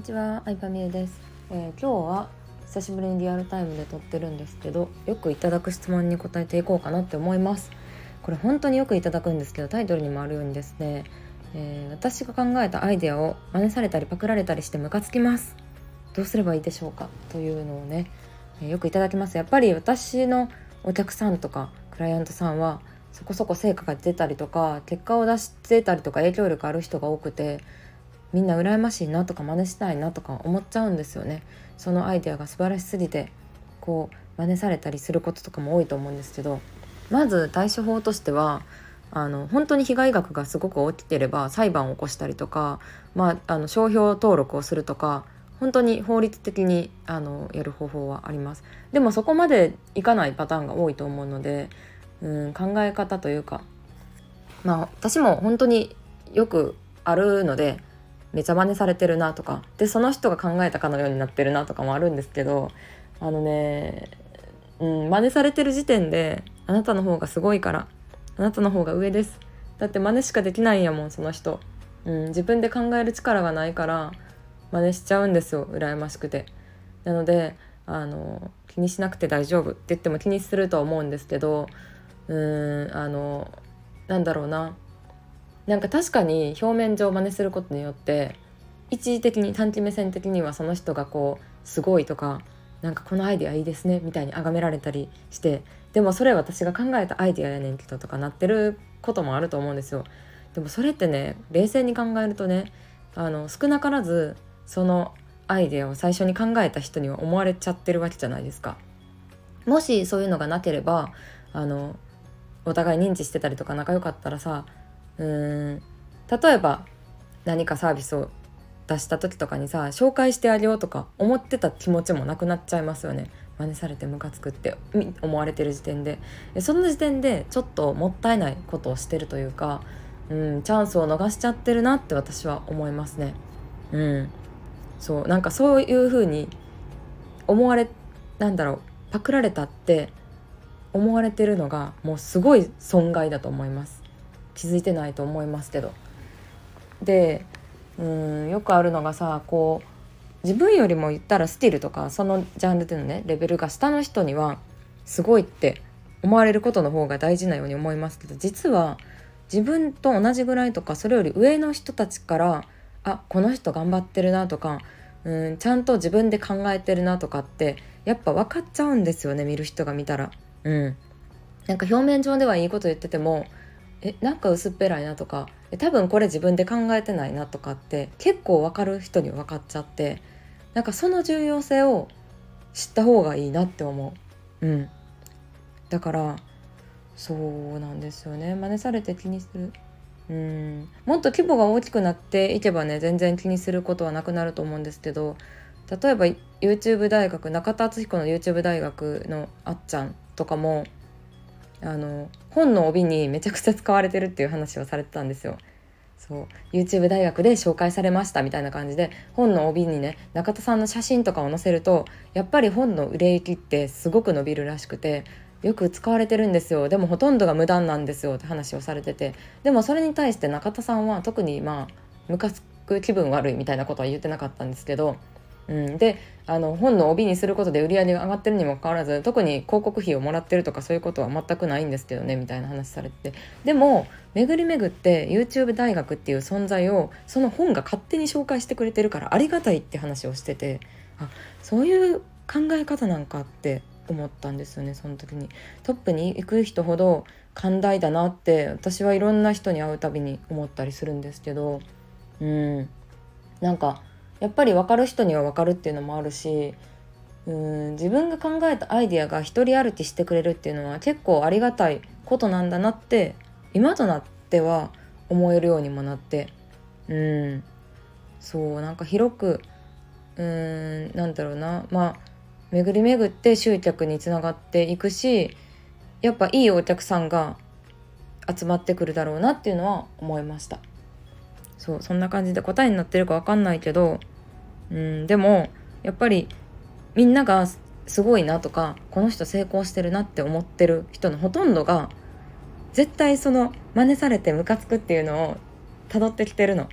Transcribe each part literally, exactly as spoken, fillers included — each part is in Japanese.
ちは、アイパミュです、えー、今日は久しぶりにリアルタイムで撮ってるんですけど、よくいただく質問に答えていこうかなって思います。これ本当によくいただくんですけど、タイトルにもあるようにですね、えー、私が考えたアイデアを真似されたりパクられたりしてムカつきます。どうすればいいでしょうかというのをね、えー、よくいただきます。やっぱり私のお客さんとかクライアントさんはそこそこ成果が出たりとか結果を出してたりとか影響力ある人が多くて、みんな羨ましいなとか真似したいなとか思っちゃうんですよね。そのアイデアが素晴らしすぎてこう真似されたりすることとかも多いと思うんですけど、まず対処法としてはあの本当に被害額がすごく大きければ裁判を起こしたりとか、まあ、あの商標登録をするとか、本当に法律的にあのやる方法はあります。でもそこまでいかないパターンが多いと思うので、うん考え方というか、まあ私も本当によくあるので、めちゃ真似されてるなとかで、その人が考えたかのようになってるなとかもあるんですけど、あのね、うん、真似されてる時点であなたの方がすごいから、あなたの方が上です。だって真似しかできないんやもんその人、うん、自分で考える力がないから真似しちゃうんですよ、羨ましくて。なのであの気にしなくて大丈夫って言っても気にするとは思うんですけど、うーんあのなんだろうな、なんか確かに表面上真似することによって一時的に短期目線的にはその人がこうすごいとか、なんかこのアイデアいいですねみたいに崇められたりして、でもそれ私が考えたアイデアやねんけどとかなってることもあると思うんですよ。でもそれってね、冷静に考えるとね、あの少なからずそのアイデアを最初に考えた人には思われちゃってるわけじゃないですか。もしそういうのがなければ、あのお互い認知してたりとか仲良かったらさ、うーん例えば何かサービスを出した時とかにさ、紹介してあげようとか思ってた気持ちもなくなっちゃいますよね。真似されてムカつくって思われてる時点で、その時点でちょっともったいないことをしてるというか、うんチャンスを逃しちゃってるなって私は思いますね。うんそうなんかそういう風に思われなんだろうパクられたって思われてるのがもうすごい損害だと思います。気づいてないと思いますけど。でうーんよくあるのがさ、こう自分よりも言ったらスティルとかそのジャンルでのねレベルが下の人にはすごいって思われることの方が大事なように思いますけど、実は自分と同じぐらいとかそれより上の人たちから、あこの人頑張ってるなとか、うんちゃんと自分で考えてるなとかってやっぱ分かっちゃうんですよね、見る人が見たら。うんなんか表面上ではいいこと言ってても、えなんか薄っぺらいなとか、え多分これ自分で考えてないなとかって結構分かる人に分かっちゃって、なんかその重要性を知った方がいいなって思う。うんだからそうなんですよね、真似されて気にする。うんもっと規模が大きくなっていけばね、全然気にすることはなくなると思うんですけど、例えば YouTube 大学、中田敦彦の YouTube 大学のあっちゃんとかも、あの本の帯にめちゃくちゃ使われてるっていう話をされてたんですよ。そう YouTube 大学で紹介されましたみたいな感じで本の帯にね中田さんの写真とかを載せると、やっぱり本の売れ行きってすごく伸びるらしくて、よく使われてるんですよ。でもほとんどが無断なんですよって話をされてて、でもそれに対して中田さんは特にまあムカつく気分悪いみたいなことは言ってなかったんですけど、うん、であの本の帯にすることで売り上げが上がってるにもかかわらず、特に広告費をもらってるとかそういうことは全くないんですけどねみたいな話されてて、でも巡り巡って YouTube 大学っていう存在をその本が勝手に紹介してくれてるからありがたいって話をしてて、あそういう考え方なんかって思ったんですよね。その時にトップに行く人ほど寛大だなって私はいろんな人に会うたびに思ったりするんですけど、うんなんかやっぱり分かる人には分かるっていうのもあるし、うーん自分が考えたアイデアが一人歩きしてくれるっていうのは結構ありがたいことなんだなって今となっては思えるようにもなって、うんそうなんか広くうーんなんだろうな、まあ巡り巡って集客につながっていくし、やっぱいいお客さんが集まってくるだろうなっていうのは思いました。そうそんな感じで答えになってるか分かんないけど、うんでもやっぱりみんながすごいなとかこの人成功してるなって思ってる人のほとんどが絶対その真似されてムカつくっていうのを辿ってきてるの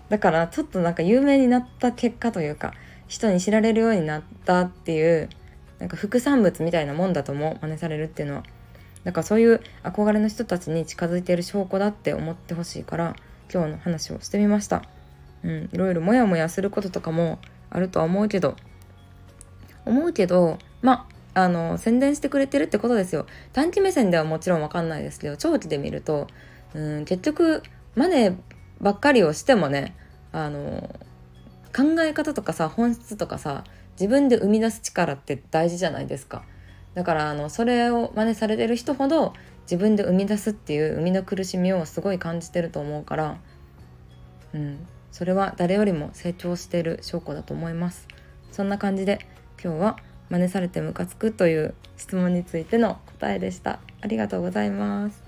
だからちょっとなんか有名になった結果というか、人に知られるようになったっていう、なんか副産物みたいなもんだと思う、真似されるっていうのは。だからそういう憧れの人たちに近づいている証拠だって思ってほしいから今日の話をしてみました。うん、いろいろモヤモヤすることとかもあるとは思うけど思うけどまああの宣伝してくれてるってことですよ。短期目線ではもちろん分かんないですけど、長期で見るとうん結局マネばっかりをしてもね、あの考え方とかさ、本質とかさ、自分で生み出す力って大事じゃないですか。だからあのそれを真似されてる人ほど自分で生み出すっていう生みの苦しみをすごい感じてると思うから、うん、それは誰よりも成長している証拠だと思います。そんな感じで今日は真似されてムカつくという質問についての答えでした。ありがとうございます。